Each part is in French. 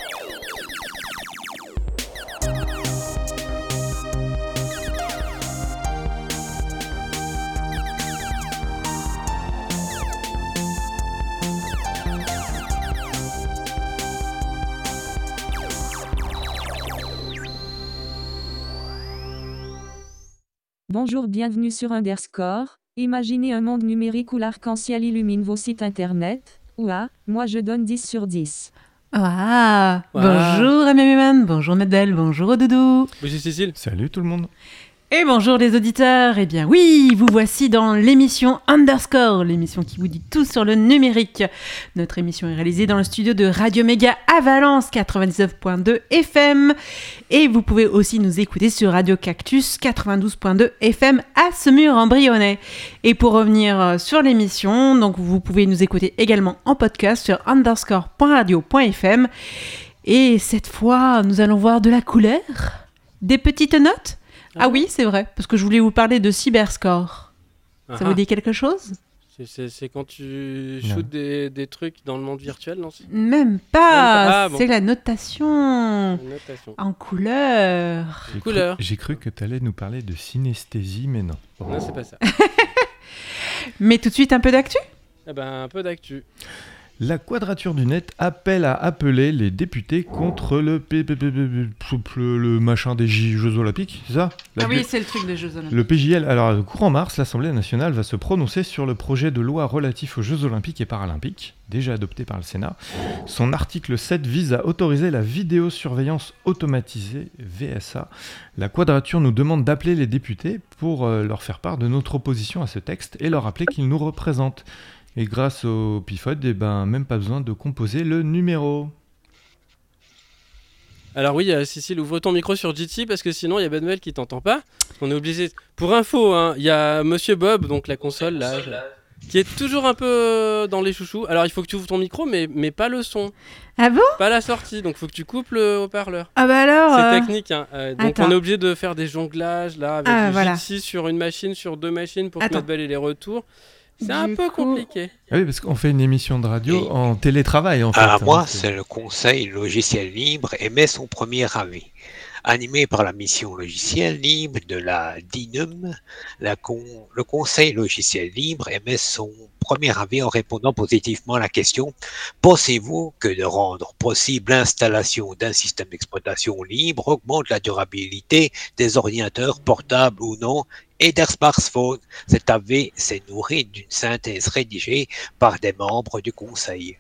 Bonjour, bienvenue sur Underscore. Imaginez un monde numérique où l'arc-en-ciel illumine vos sites internet. Ouah, moi je donne 10 sur 10. Ah, Wow. Bonjour Amiman, bonjour Medel, bonjour Doudou. Bonjour Cécile. Salut tout le monde. Et bonjour les auditeurs. Eh bien oui, vous voici dans l'émission Underscore, l'émission qui vous dit tout sur le numérique. Notre émission est réalisée dans le studio de Radio Méga à Valence, 99.2 FM. Et vous pouvez aussi nous écouter sur Radio Cactus, 92.2 FM à Semur-en-Brionnais. Et pour revenir sur l'émission, donc vous pouvez nous écouter également en podcast sur underscore.radio.fm. Et cette fois, nous allons voir de la couleur, des petites notes. Ah oui, c'est vrai, parce que je voulais vous parler de Cyberscore. Ça vous dit quelque chose ? C'est quand tu shootes des trucs dans le monde virtuel, non ? Même pas. Ah, bon. C'est la notation en couleur. J'ai cru que tu allais nous parler de synesthésie, mais non. Non, c'est pas ça. Mais tout de suite, un peu d'actu ? Eh ben, un peu d'actu. La Quadrature du Net appelle à appeler les députés contre le machin des Jeux Olympiques, c'est ça ? C'est le truc des Jeux Olympiques. Le PJL. Alors, courant mars, l'Assemblée nationale va se prononcer sur le projet de loi relatif aux Jeux Olympiques et Paralympiques, déjà adopté par le Sénat. Son article 7 vise à autoriser la vidéosurveillance automatisée, VSA. La Quadrature nous demande d'appeler les députés pour leur faire part de notre opposition à ce texte et leur rappeler qu'ils nous représentent. Et grâce au PIFOD, même pas besoin de composer le numéro. Alors oui, Cécile, ouvre ton micro sur GT parce que sinon il y a Manuel qui t'entend pas. On est obligé. Pour info, il y a Monsieur Bob, donc la console là, qui est toujours un peu dans les chouchous. Alors il faut que tu ouvres ton micro, mais pas le son. Ah bon ? Pas la sortie, donc il faut que tu coupes le haut-parleur. Ah bah alors. C'est technique, hein. Donc Attends. on est obligé de faire des jonglages là avec le voilà. GT sur une machine, sur deux machines pour que Attends. Manuel ait les retours. C'est un peu compliqué. Ah oui, parce qu'on fait une émission de radio en télétravail, en fait. À moi, c'est le Conseil logiciel libre émet son premier avis. Animé par la mission logiciel libre de la DINUM, le Conseil logiciel libre émet son premier avis en répondant positivement à la question « Pensez-vous que de rendre possible l'installation d'un système d'exploitation libre augmente la durabilité des ordinateurs portables ou non ?» et des smartphones. Cet avis s'est nourri d'une synthèse rédigée par des membres du Conseil.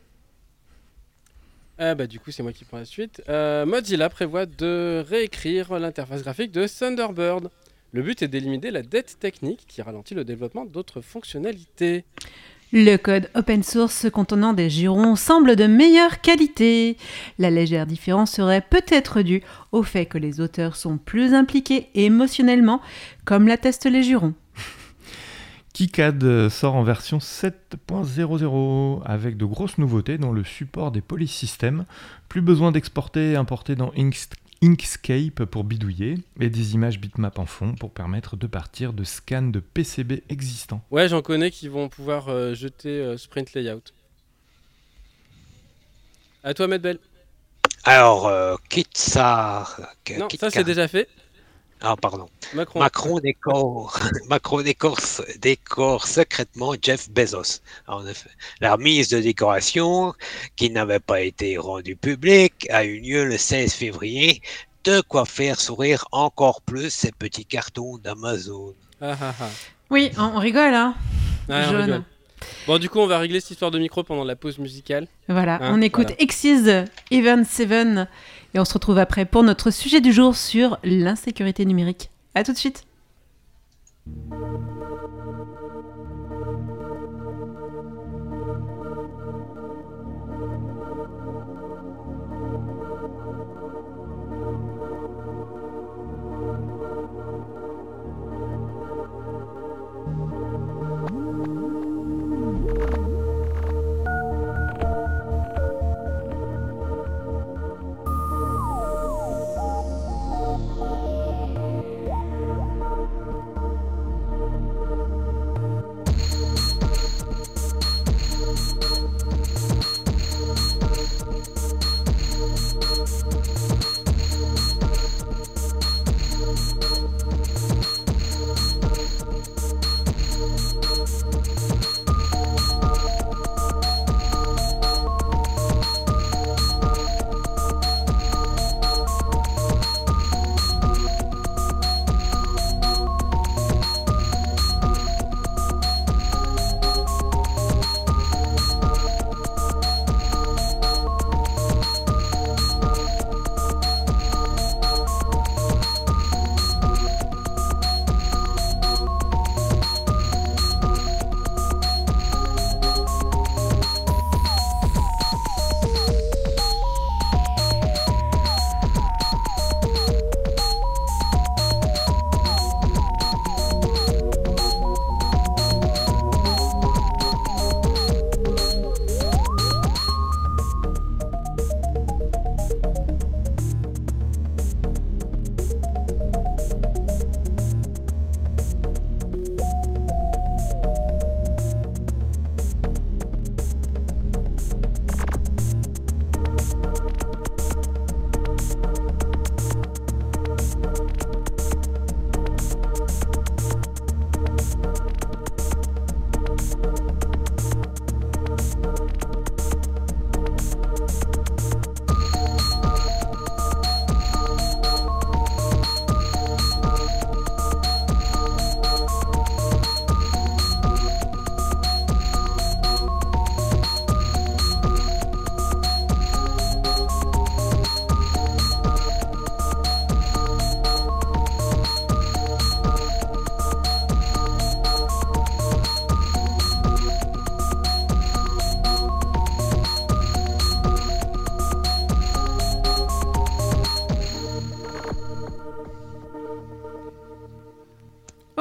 Du coup, c'est moi qui prends la suite. Mozilla prévoit de réécrire l'interface graphique de Thunderbird. Le but est d'éliminer la dette technique qui ralentit le développement d'autres fonctionnalités. Le code open source contenant des jurons semble de meilleure qualité. La légère différence serait peut-être due au fait que les auteurs sont plus impliqués émotionnellement, comme l'attestent les jurons. KiCad sort en version 7.00 avec de grosses nouveautés dans le support des police systems. Plus besoin d'exporter et importer dans Inkscape pour bidouiller et des images bitmap en fond pour permettre de partir de scans de PCB existants. Ouais, j'en connais qui vont pouvoir jeter Sprint Layout. À toi, Medbel. Alors, ça c'est déjà fait. Ah, pardon. Macron décore secrètement Jeff Bezos. En effet, la remise de décoration, qui n'avait pas été rendue publique, a eu lieu le 16 février. De quoi faire sourire encore plus ces petits cartons d'Amazon. Oui, on rigole, hein. On rigole. Bon, du coup, on va régler cette histoire de micro pendant la pause musicale. Voilà, on écoute X's Even 7 et on se retrouve après pour notre sujet du jour sur l'insécurité numérique. À tout de suite.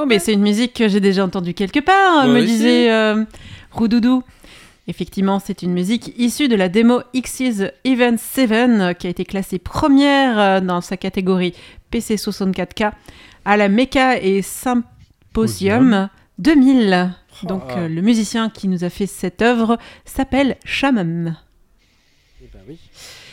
Oh, mais c'est une musique que j'ai déjà entendue quelque part, Moi me aussi. disait Roudoudou. Effectivement, c'est une musique issue de la démo X's Event 7 qui a été classée première dans sa catégorie PC 64K à la Mecha et Symposium 2000. Donc le musicien qui nous a fait cette œuvre s'appelle Shaman. Eh ben oui.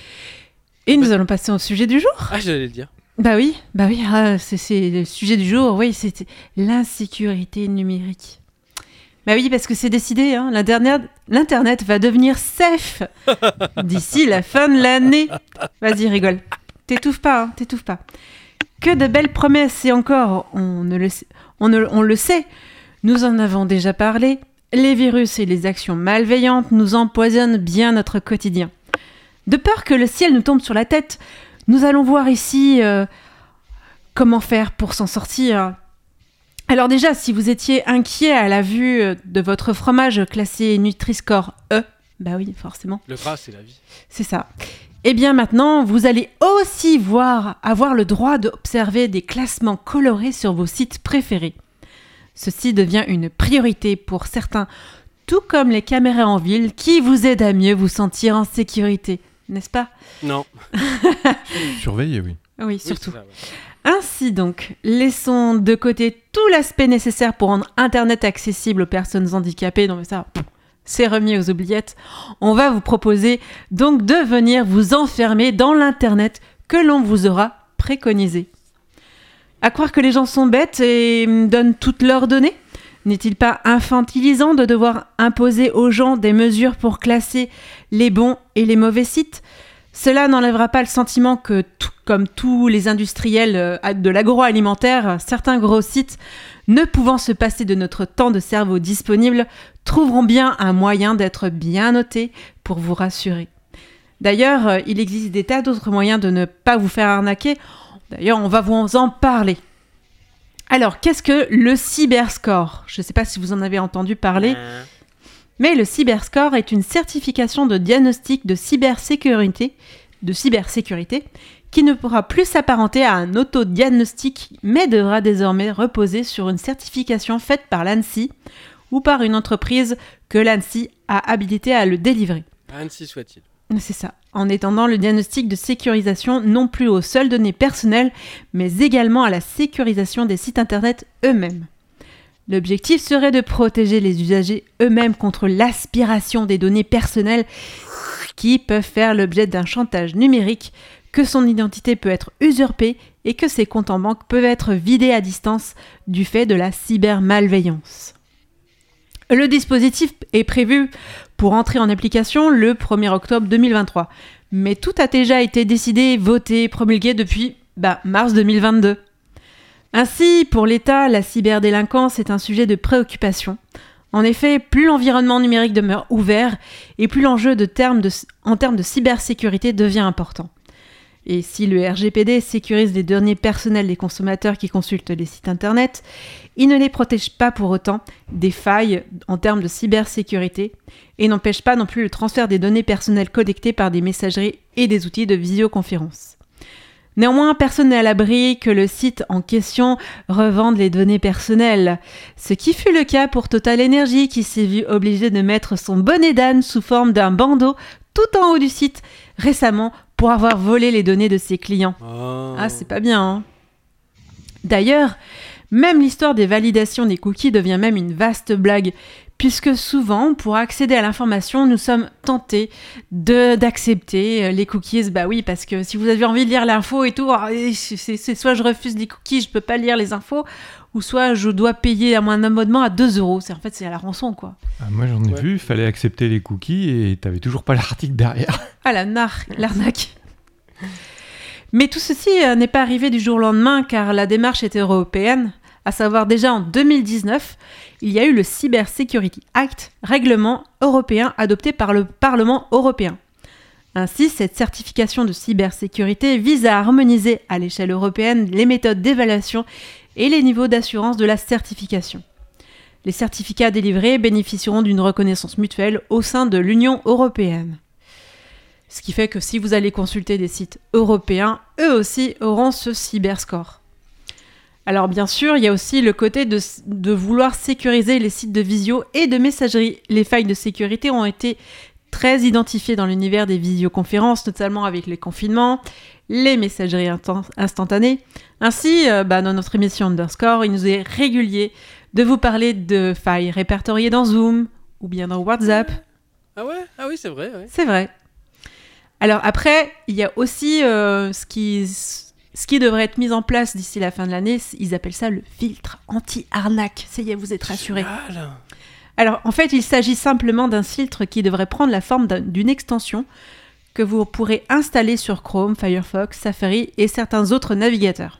Et nous allons passer au sujet du jour. Ah, j'allais le dire. Bah oui, c'est le sujet du jour, oui, c'était l'insécurité numérique. Bah oui, parce que c'est décidé, hein, l'Internet va devenir safe d'ici la fin de l'année. Vas-y, rigole. T'étouffes pas. Que de belles promesses, et encore, on le sait, nous en avons déjà parlé, les virus et les actions malveillantes nous empoisonnent bien notre quotidien. De peur que le ciel nous tombe sur la tête, nous allons voir ici comment faire pour s'en sortir. Alors déjà, si vous étiez inquiet à la vue de votre fromage classé Nutri-Score E, bah oui, forcément. Le gras, c'est la vie. C'est ça. Eh bien maintenant, vous allez aussi avoir le droit d'observer des classements colorés sur vos sites préférés. Ceci devient une priorité pour certains, tout comme les caméras en ville qui vous aident à mieux vous sentir en sécurité, n'est-ce pas ? Non. Surveiller, oui. Oui, surtout. Oui, c'est ça, ouais. Ainsi donc, laissons de côté tout l'aspect nécessaire pour rendre Internet accessible aux personnes handicapées. Non mais ça, c'est remis aux oubliettes. On va vous proposer donc de venir vous enfermer dans l'Internet que l'on vous aura préconisé. À croire que les gens sont bêtes et donnent toutes leurs données ? N'est-il pas infantilisant de devoir imposer aux gens des mesures pour classer les bons et les mauvais sites ? Cela n'enlèvera pas le sentiment que, comme tous les industriels de l'agroalimentaire, certains gros sites, ne pouvant se passer de notre temps de cerveau disponible, trouveront bien un moyen d'être bien notés pour vous rassurer. D'ailleurs, il existe des tas d'autres moyens de ne pas vous faire arnaquer. D'ailleurs, on va vous en parler. Alors, qu'est-ce que le cyberscore ? Je ne sais pas si vous en avez entendu parler. Mais le cyberscore est une certification de diagnostic de cybersécurité qui ne pourra plus s'apparenter à un autodiagnostic, mais devra désormais reposer sur une certification faite par l'ANSSI ou par une entreprise que l'ANSSI a habilitée à le délivrer. Ainsi soit-il. C'est ça, en étendant le diagnostic de sécurisation non plus aux seules données personnelles, mais également à la sécurisation des sites internet eux-mêmes. L'objectif serait de protéger les usagers eux-mêmes contre l'aspiration des données personnelles qui peuvent faire l'objet d'un chantage numérique, que son identité peut être usurpée et que ses comptes en banque peuvent être vidés à distance du fait de la cybermalveillance. Le dispositif est prévu pour entrer en application le 1er octobre 2023, mais tout a déjà été décidé, voté, promulgué depuis mars 2022. Ainsi, pour l'État, la cyberdélinquance est un sujet de préoccupation. En effet, plus l'environnement numérique demeure ouvert et plus l'enjeu en termes de cybersécurité devient important. Et si le RGPD sécurise les données personnelles des consommateurs qui consultent les sites internet, il ne les protège pas pour autant des failles en termes de cybersécurité et n'empêche pas non plus le transfert des données personnelles collectées par des messageries et des outils de visioconférence. Néanmoins, personne n'est à l'abri que le site en question revende les données personnelles. Ce qui fut le cas pour Total Energy qui s'est vu obligé de mettre son bonnet d'âne sous forme d'un bandeau tout en haut du site récemment pour avoir volé les données de ses clients. Oh. Ah, c'est pas bien, hein. D'ailleurs, même l'histoire des validations des cookies devient même une vaste blague, puisque souvent, pour accéder à l'information, nous sommes tentés d'accepter les cookies. Bah oui, parce que si vous avez envie de lire l'info et tout, c'est soit je refuse les cookies, je peux pas lire les infos, ou soit je dois payer un abonnement à 2 €. C'est à la rançon, quoi. Ah, moi j'en ai vu, il fallait accepter les cookies et t'avais toujours pas l'article derrière. Ah, l'arnaque. Mais tout ceci n'est pas arrivé du jour au lendemain, car la démarche est européenne. À savoir, déjà en 2019, il y a eu le Cyber Security Act, règlement européen adopté par le Parlement européen. Ainsi, cette certification de cybersécurité vise à harmoniser à l'échelle européenne les méthodes d'évaluation et les niveaux d'assurance de la certification. Les certificats délivrés bénéficieront d'une reconnaissance mutuelle au sein de l'Union européenne. Ce qui fait que si vous allez consulter des sites européens, eux aussi auront ce cyberscore. Alors bien sûr, il y a aussi le côté de vouloir sécuriser les sites de visio et de messagerie. Les failles de sécurité ont été très identifiées dans l'univers des visioconférences, notamment avec les confinements, les messageries instantanées. Ainsi, dans notre émission Underscore, il nous est régulier de vous parler de failles répertoriées dans Zoom ou bien dans WhatsApp. Ah ouais ? Ah oui, c'est vrai. Ouais. C'est vrai. Alors après, il y a aussi ce qui devrait être mis en place d'ici la fin de l'année. Ils appellent ça le filtre anti-arnaque. Ça y est, vous êtes rassurés. Alors en fait, il s'agit simplement d'un filtre qui devrait prendre la forme d'une extension que vous pourrez installer sur Chrome, Firefox, Safari et certains autres navigateurs.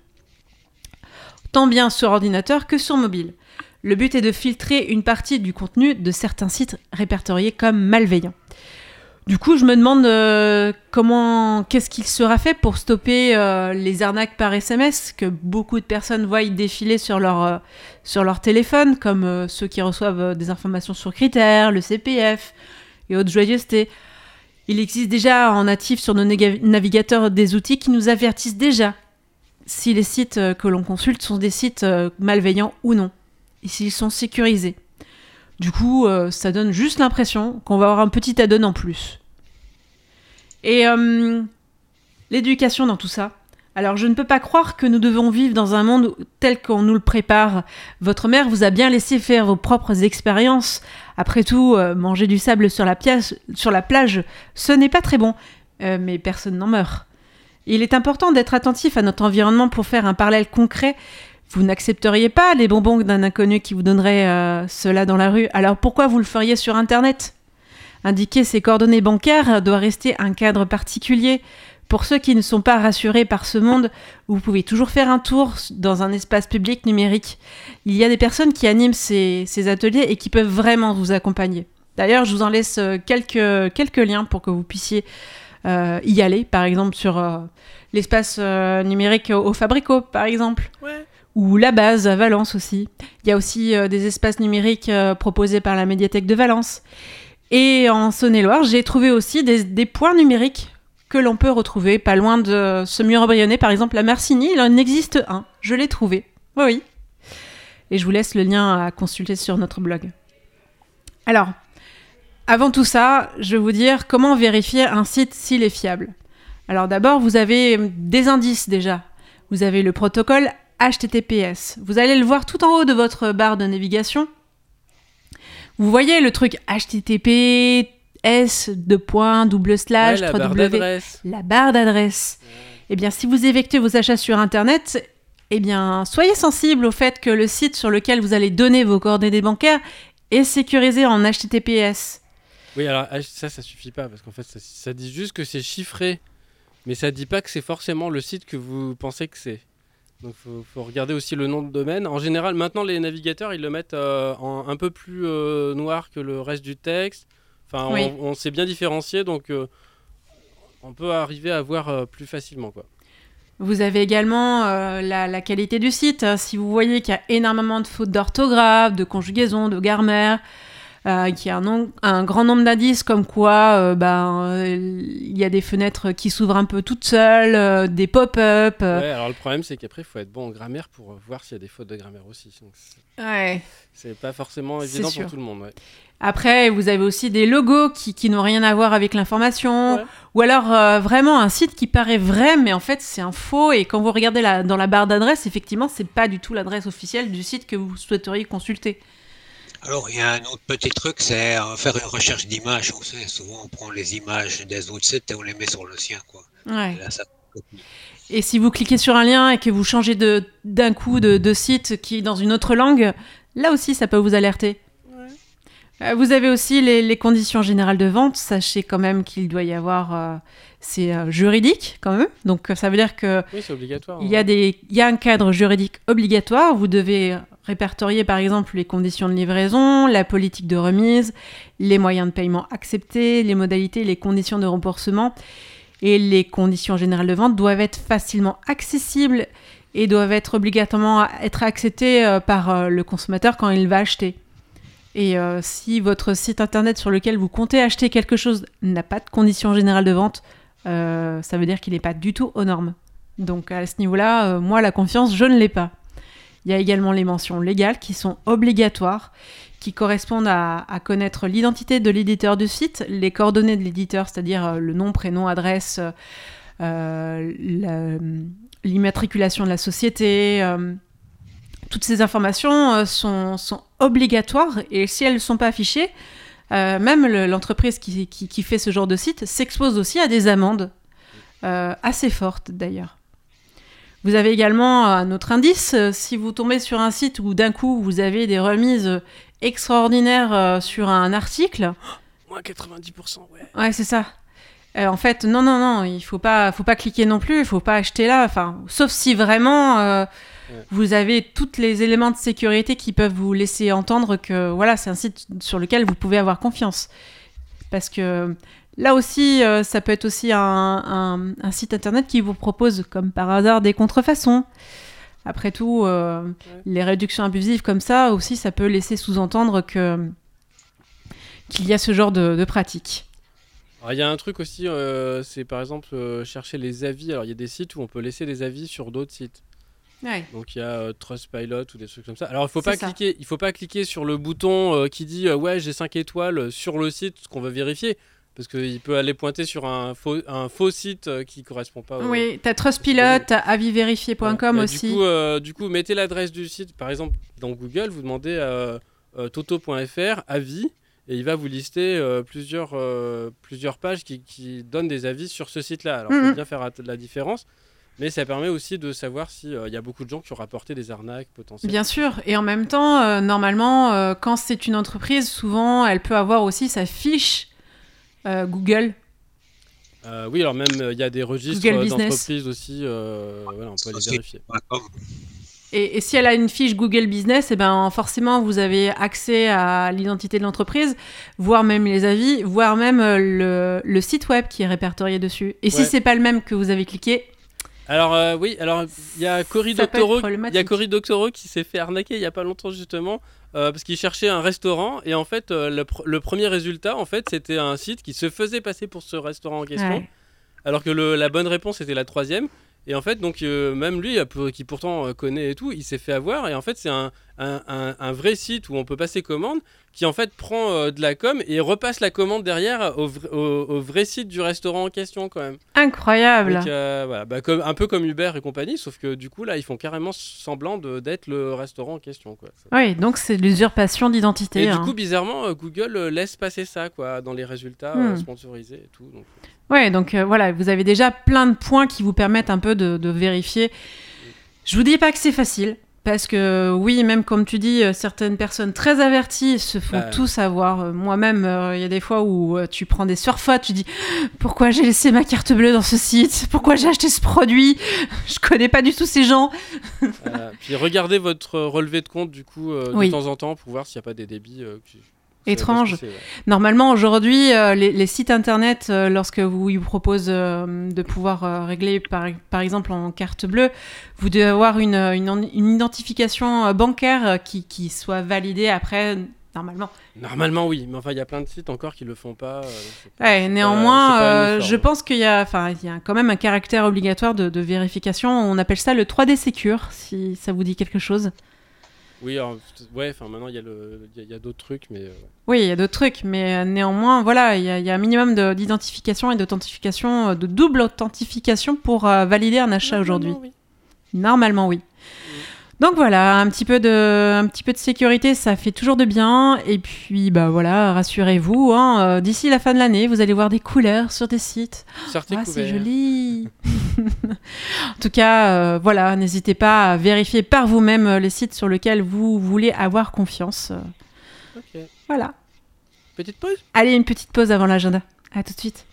Tant bien sur ordinateur que sur mobile. Le but est de filtrer une partie du contenu de certains sites répertoriés comme malveillants. Du coup, je me demande qu'est-ce qu'il sera fait pour stopper les arnaques par SMS que beaucoup de personnes voient défiler sur leur téléphone, comme ceux qui reçoivent des informations sur critères, le CPF et autres joyeusetés. Il existe déjà en natif sur nos navigateurs des outils qui nous avertissent déjà si les sites que l'on consulte sont des sites malveillants ou non, et s'ils sont sécurisés. Du coup, ça donne juste l'impression qu'on va avoir un petit add-on en plus. Et l'éducation dans tout ça. Alors, je ne peux pas croire que nous devons vivre dans un monde tel qu'on nous le prépare. Votre mère vous a bien laissé faire vos propres expériences. Après tout, manger du sable sur la plage, ce n'est pas très bon. Mais personne n'en meurt. Il est important d'être attentif à notre environnement pour faire un parallèle concret. Vous n'accepteriez pas les bonbons d'un inconnu qui vous donnerait cela dans la rue. Alors pourquoi vous le feriez sur Internet ? Indiquer ses coordonnées bancaires doit rester un cadre particulier. Pour ceux qui ne sont pas rassurés par ce monde, vous pouvez toujours faire un tour dans un espace public numérique. Il y a des personnes qui animent ces ateliers et qui peuvent vraiment vous accompagner. D'ailleurs, je vous en laisse quelques liens pour que vous puissiez y aller. Par exemple, sur l'espace numérique au Fabrico, par exemple. Ouais. Ou la base à Valence aussi. Il y a aussi des espaces numériques proposés par la médiathèque de Valence. Et en Saône-et-Loire, j'ai trouvé aussi des points numériques que l'on peut retrouver pas loin de Semur-Brionnais. Par exemple, à Marcigny, il en existe un. Je l'ai trouvé. Oui. Et je vous laisse le lien à consulter sur notre blog. Alors, avant tout ça, je vais vous dire comment vérifier un site s'il est fiable. Alors d'abord, vous avez des indices déjà. Vous avez le protocole HTTPS. Vous allez le voir tout en haut de votre barre de navigation. Vous voyez le truc HTTPS, la barre d'adresse. La barre d'adresse. Eh bien, si vous effectuez vos achats sur Internet, eh bien, soyez sensible au fait que le site sur lequel vous allez donner vos coordonnées bancaires est sécurisé en HTTPS. Oui, alors ça suffit pas, parce qu'en fait, ça dit juste que c'est chiffré, mais ça dit pas que c'est forcément le site que vous pensez que c'est. Donc faut regarder aussi le nom de domaine. En général, maintenant les navigateurs ils le mettent un peu plus noir que le reste du texte. Enfin, oui. on s'est bien différencié, donc on peut arriver à voir plus facilement, quoi. Vous avez également la qualité du site. Si vous voyez qu'il y a énormément de fautes d'orthographe, de conjugaison, de grammaire, qu'il y a un grand nombre d'indices comme quoi il y a des fenêtres qui s'ouvrent un peu toutes seules, des pop-up. Ouais, alors le problème c'est qu'après il faut être bon en grammaire pour voir s'il y a des fautes de grammaire aussi. Donc c'est pas forcément évident pour tout le monde. Ouais. Après, vous avez aussi des logos qui n'ont rien à voir avec l'information, ouais. Ou alors vraiment un site qui paraît vrai, mais en fait c'est un faux, et quand vous regardez dans la barre d'adresse, effectivement, c'est pas du tout l'adresse officielle du site que vous souhaiteriez consulter. Alors, il y a un autre petit truc, c'est faire une recherche d'images. Souvent, on prend les images des autres sites et on les met sur le sien, quoi. Ouais. Et là, ça copie. Et si vous cliquez sur un lien et que vous changez d'un coup de site qui est dans une autre langue, là aussi, ça peut vous alerter. Ouais. Vous avez aussi les conditions générales de vente. Sachez quand même qu'il doit y avoir... c'est juridique, quand même. Donc, ça veut dire que... Oui, c'est obligatoire. Il y a un cadre juridique obligatoire. Vous devez répertorier, par exemple, les conditions de livraison, la politique de remise, les moyens de paiement acceptés, les modalités, les conditions de remboursement. Et les conditions générales de vente doivent être facilement accessibles et doivent être obligatoirement être acceptées par le consommateur quand il va acheter. Et si votre site internet sur lequel vous comptez acheter quelque chose n'a pas de conditions générales de vente, ça veut dire qu'il n'est pas du tout aux normes. Donc à ce niveau-là, moi, la confiance, je ne l'ai pas. Il y a également les mentions légales qui sont obligatoires, qui correspondent à connaître l'identité de l'éditeur du site, les coordonnées de l'éditeur, c'est-à-dire le nom, prénom, adresse, l'immatriculation de la société. Toutes ces informations sont obligatoires, et si elles ne sont pas affichées, même l'entreprise qui fait ce genre de site s'expose aussi à des amendes assez fortes d'ailleurs. Vous avez également un autre indice, si vous tombez sur un site où d'un coup vous avez des remises extraordinaires sur un article. Moins 90%, ouais. Ouais, c'est ça. En fait, non, il faut pas cliquer non plus, il faut pas acheter là, sauf si vraiment vous avez tous les éléments de sécurité qui peuvent vous laisser entendre que voilà, c'est un site sur lequel vous pouvez avoir confiance. Parce que là aussi, ça peut être aussi un site internet qui vous propose, comme par hasard, des contrefaçons. Après tout, les réductions abusives comme ça aussi, ça peut laisser sous-entendre qu'il y a ce genre de pratique. Il y a un truc aussi, c'est par exemple chercher les avis. Alors il y a des sites où on peut laisser des avis sur d'autres sites. Ouais. Donc il y a Trustpilot ou des trucs comme ça. Alors il faut pas cliquer sur le bouton qui dit ouais j'ai 5 étoiles sur le site qu'on veut vérifier, parce qu'il peut aller pointer sur un faux site qui correspond pas. Oui, t'as Trustpilot, t'as avisvérifié.com aussi. Du coup, mettez l'adresse du site. Par exemple, dans Google, vous demandez toto.fr avis. Et il va vous lister plusieurs pages qui donnent des avis sur ce site-là. Alors, il faut bien faire la différence, mais ça permet aussi de savoir s'il y a beaucoup de gens qui ont rapporté des arnaques potentielles. Bien sûr, et en même temps, normalement, quand c'est une entreprise, souvent, elle peut avoir aussi sa fiche Google. Oui, alors même, il y a des registres d'entreprises aussi, voilà, on peut les vérifier. Et si elle a une fiche Google Business, eh ben forcément, vous avez accès à l'identité de l'entreprise, voire même les avis, voire même le site web qui est répertorié dessus. Et si c'est pas le même que vous avez cliqué... Alors oui, alors il y a Cory Doctorow qui s'est fait arnaquer il y a pas longtemps justement, parce qu'il cherchait un restaurant, et en fait le premier résultat, en fait, c'était un site qui se faisait passer pour ce restaurant en question, alors que la bonne réponse était la troisième. Et en fait, donc, même lui, qui pourtant connaît et tout, il s'est fait avoir. Et en fait, c'est un vrai site où on peut passer commande, qui en fait prend de la com et repasse la commande derrière au vrai site du restaurant en question quand même. Incroyable. Donc, voilà, un peu comme Uber et compagnie, sauf que du coup, là, ils font carrément semblant d'être le restaurant en question, quoi. Oui, donc c'est de l'usurpation d'identité. Et du coup, bizarrement, Google laisse passer ça, quoi, dans les résultats sponsorisés et tout. Donc... Ouais, donc voilà, vous avez déjà plein de points qui vous permettent un peu de vérifier. Je vous dis pas que c'est facile, parce que oui, même comme tu dis, certaines personnes très averties se font tous avoir. Moi-même, il y a des fois où tu prends des surfautes, tu dis pourquoi j'ai laissé ma carte bleue dans ce site, pourquoi j'ai acheté ce produit, je connais pas du tout ces gens. Puis regardez votre relevé de compte du coup de temps en temps pour voir s'il n'y a pas des débits étrange. Normalement, aujourd'hui, les sites internet, lorsque ils vous proposent de pouvoir régler, par exemple, en carte bleue, vous devez avoir une identification bancaire qui soit validée après, normalement. Normalement, oui. Mais enfin, il y a plein de sites encore qui le font pas. Néanmoins, je pense qu'il y a quand même un caractère obligatoire de vérification. On appelle ça le 3D Secure, si ça vous dit quelque chose. Oui, alors, maintenant il y a d'autres trucs, mais... Oui, il y a d'autres trucs, mais néanmoins, voilà, il y a un minimum d'identification et d'authentification, de double authentification pour valider un achat aujourd'hui. Oui. Normalement, oui. Donc voilà, un petit peu de sécurité, ça fait toujours de bien. Et puis, voilà, rassurez-vous, d'ici la fin de l'année, vous allez voir des couleurs sur des sites. C'est joli. En tout cas, voilà, n'hésitez pas à vérifier par vous-même les sites sur lesquels vous voulez avoir confiance. Ok. Voilà. Petite pause ? Allez, une petite pause avant l'agenda. À tout de suite.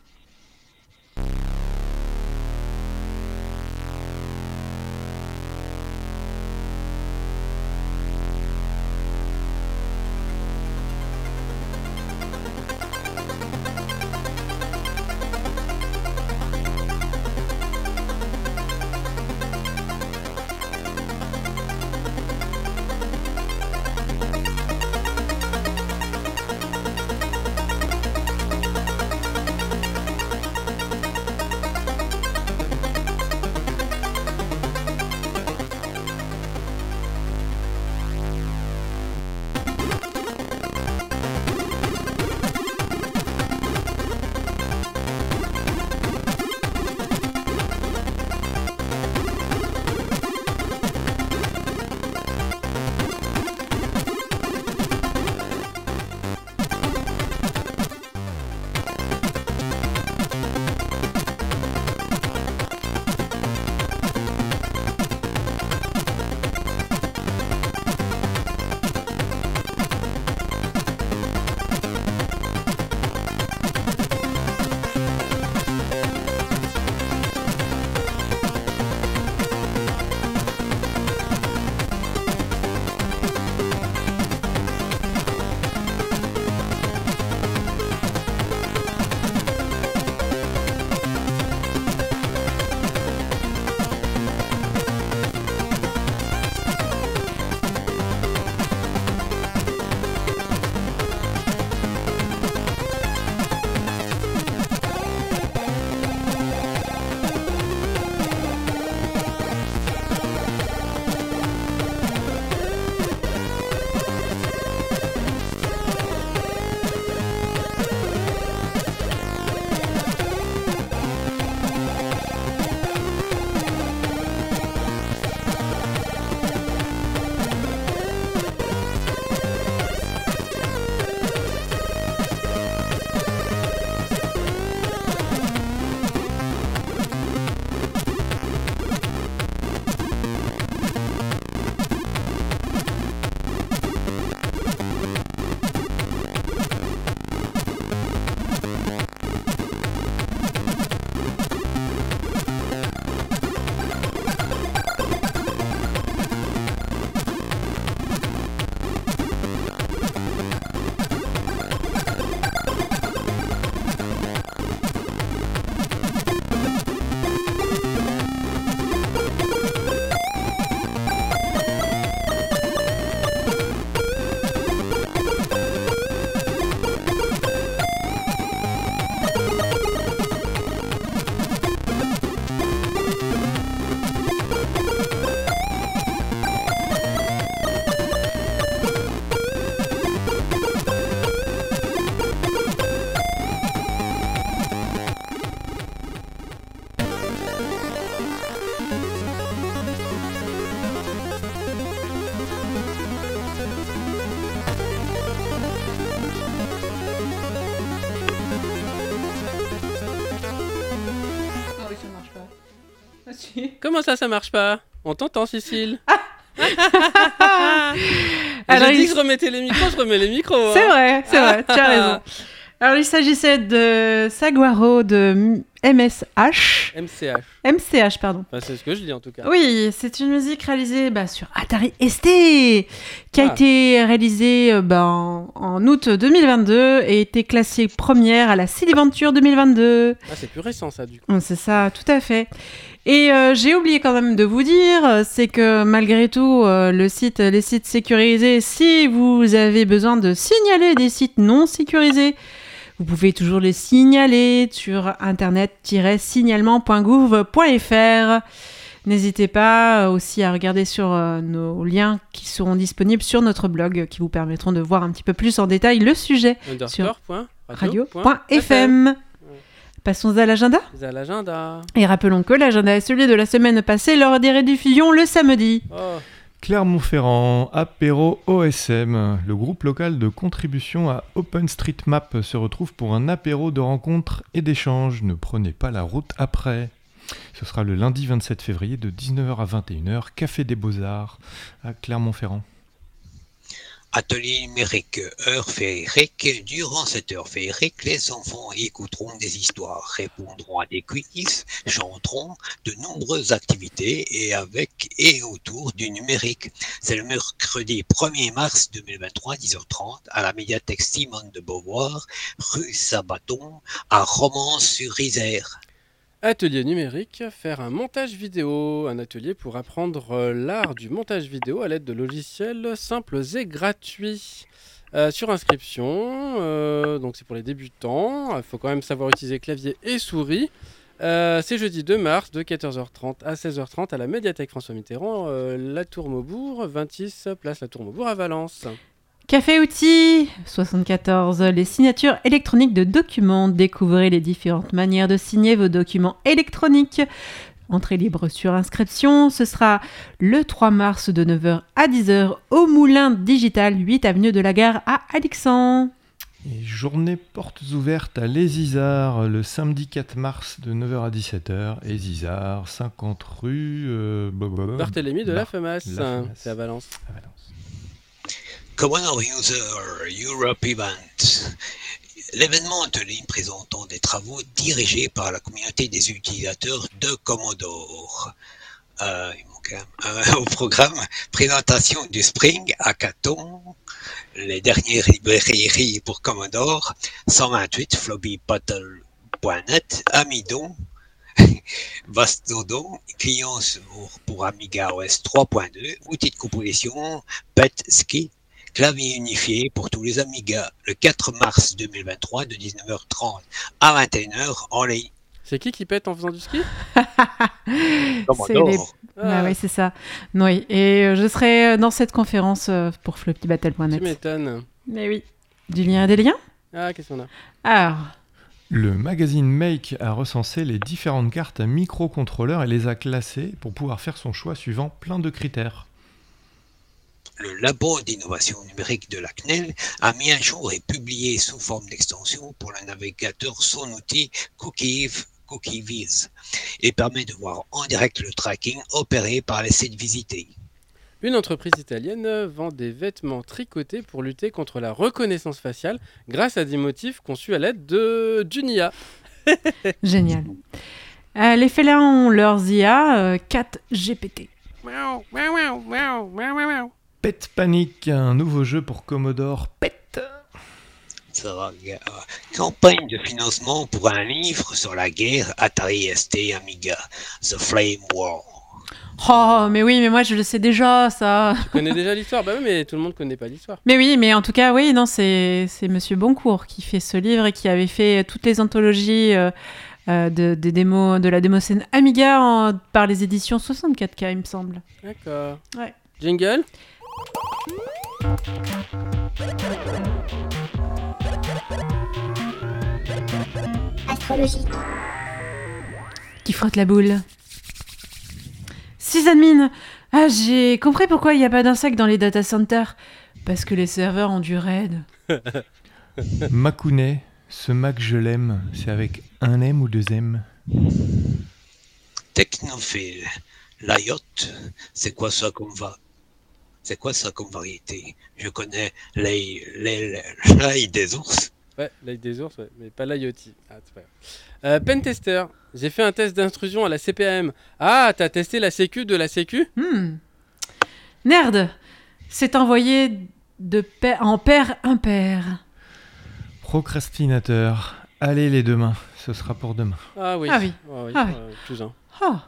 dessus. Comment ça marche pas? On t'entend, Cécile. Alors, J'ai dit que je remettais les micros, je remets les micros. Hein. C'est vrai, tu as raison. Alors, il s'agissait de Saguaro de MSH. MCH, pardon. Enfin, c'est ce que je dis en tout cas. Oui, c'est une musique réalisée sur Atari ST, qui a été réalisée en août 2022 et été classée première à la CD Venture 2022. Ah, c'est plus récent ça, du coup. C'est ça, tout à fait. Et j'ai oublié quand même de vous dire, c'est que malgré tout, les sites sécurisés, si vous avez besoin de signaler des sites non sécurisés, vous pouvez toujours les signaler sur internet-signalement.gouv.fr. N'hésitez pas aussi à regarder sur nos liens qui seront disponibles sur notre blog, qui vous permettront de voir un petit peu plus en détail le sujet sur radio.fm. Passons à l'agenda. Et rappelons que l'agenda est celui de la semaine passée lors des rediffusions le samedi. Clermont-Ferrand, apéro OSM. Le groupe local de contribution à OpenStreetMap se retrouve pour un apéro de rencontres et d'échanges. Ne prenez pas la route après. Ce sera le lundi 27 février de 19h à 21h, Café des Beaux-Arts à Clermont-Ferrand. Atelier numérique, heure féerique. Durant cette heure féerique, les enfants écouteront des histoires, répondront à des quiz, chanteront de nombreuses activités et avec et autour du numérique. C'est le mercredi 1er mars 2023, 10h30, à la médiathèque Simone de Beauvoir, rue Sabaton, à Romans-sur-Isère. Atelier numérique, faire un montage vidéo, un atelier pour apprendre l'art du montage vidéo à l'aide de logiciels simples et gratuits. Sur inscription, donc c'est pour les débutants, il faut quand même savoir utiliser clavier et souris. C'est jeudi 2 mars de 14h30 à 16h30 à la médiathèque François Mitterrand, La Tour Maubourg, 26 place La Tour Maubourg à Valence. Café Outils 74, les signatures électroniques de documents. Découvrez les différentes manières de signer vos documents électroniques. Entrée libre sur inscription. Ce sera le 3 mars de 9h à 10h au Moulin Digital, 8 avenue de la Gare à Alixan. Et journée portes ouvertes à Les Isards le samedi 4 mars de 9h à 17h. Et Isards, 50 rue... Barthélemy de la Femasse. C'est à Valence. Commodore User Europe Event, l'événement en ligne présentant des travaux dirigés par la communauté des utilisateurs de Commodore. Au programme, présentation du Spring Hackathon, les dernières librairies pour Commodore, 128 floppypottle.net, Amidon, Vastodon, clients pour Amiga OS 3.2, outils de composition, PET-Ski, clavier unifié pour tous les Amiga, le 4 mars 2023 de 19h30 à 21h en ligne. C'est qui pète en faisant du ski? Commodore. Oui, c'est ça. Oui. Et je serai dans cette conférence pour floppybattle.net. Tu m'étonnes. Mais oui. Du lien et des liens? Ah, qu'est-ce qu'on a? Alors... Le magazine Make a recensé les différentes cartes à microcontrôleurs et les a classées pour pouvoir faire son choix suivant plein de critères. Le labo d'innovation numérique de la CNEL a mis à jour et publié sous forme d'extension pour le navigateur son outil CookieViz et permet de voir en direct le tracking opéré par les sites visités. Une entreprise italienne vend des vêtements tricotés pour lutter contre la reconnaissance faciale grâce à des motifs conçus à l'aide d'une IA. Génial. Les félins ont leurs IA 4GPT. Pet Panic, un nouveau jeu pour Commodore Pet. Ça va, campagne de financement pour un livre sur la guerre Atari ST Amiga, The Flame War. Oh, mais oui, mais moi je le sais déjà, ça. Tu connais déjà l'histoire? Bah oui, mais tout le monde connaît pas l'histoire. Mais oui, mais en tout cas, oui, non, c'est Monsieur Boncourt qui fait ce livre et qui avait fait toutes les anthologies des démos, de la démoscène Amiga par les éditions 64K, il me semble. D'accord. Ouais. Jingle. Astrologie. Qui frotte la boule. Sysadmin. Ah, j'ai compris pourquoi il n'y a pas d'insectes dans les data centers. Parce que les serveurs ont du RAID. Makune, ce Mac je l'aime, c'est avec un M ou deux M? technophile. L'ayotte, c'est quoi ça comme variété? Je connais l'ail des ours. Ouais, l'ail des ours, ouais, mais pas l'IoT. Ah, c'est pas grave. Pentester, j'ai fait un test d'intrusion à la CPAM. Ah, t'as testé la sécu de la sécu? Nerd, c'est envoyé en paire impair. Procrastinateur. Allez les deux mains, ce sera pour demain. Ah oui. Ah oui. Plus un.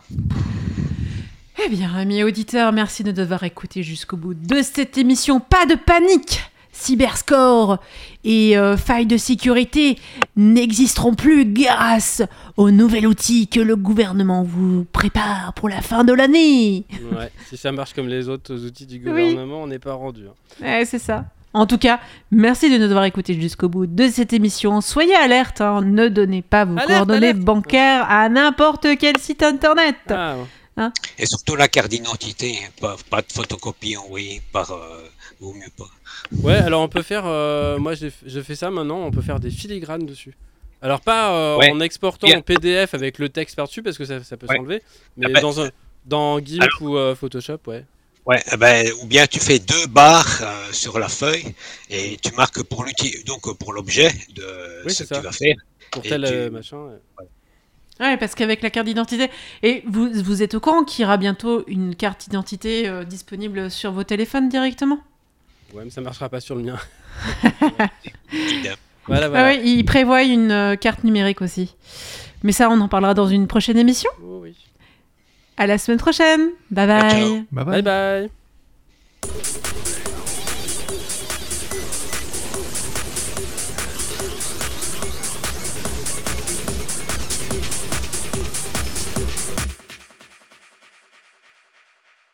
Eh bien, amis auditeurs, merci de nous avoir écoutés jusqu'au bout de cette émission. Pas de panique! Cyberscore et failles de sécurité n'existeront plus grâce au nouvel outil que le gouvernement vous prépare pour la fin de l'année. Ouais, si ça marche comme les autres outils du gouvernement, on n'est pas rendu. Ouais, c'est ça. En tout cas, merci de nous avoir écoutés jusqu'au bout de cette émission. Soyez alerte, ne donnez pas vos coordonnées bancaires à n'importe quel site internet. Ah, ouais. Et surtout la carte d'identité, pas de photocopie envoyée par... vaut mieux pas. Ouais, alors on peut faire... moi, je fais ça maintenant, on peut faire des filigranes dessus. Alors pas en exportant en PDF avec le texte par-dessus, parce que ça peut s'enlever, mais dans GIMP ou Photoshop, ouais. Ouais, ou bien tu fais 2 barres sur la feuille et tu marques pour l'objet de ce que tu vas faire. Pour tel machin. Ouais, parce qu'avec la carte d'identité... Et vous êtes au courant qu'il y aura bientôt une carte d'identité disponible sur vos téléphones directement? Ouais, mais ça marchera pas sur le mien. Voilà. Ah ouais, il prévoit une carte numérique aussi. Mais ça, on en parlera dans une prochaine émission. Oh, oui. À la semaine prochaine. Bye bye. Ciao. Bye bye. Bye bye.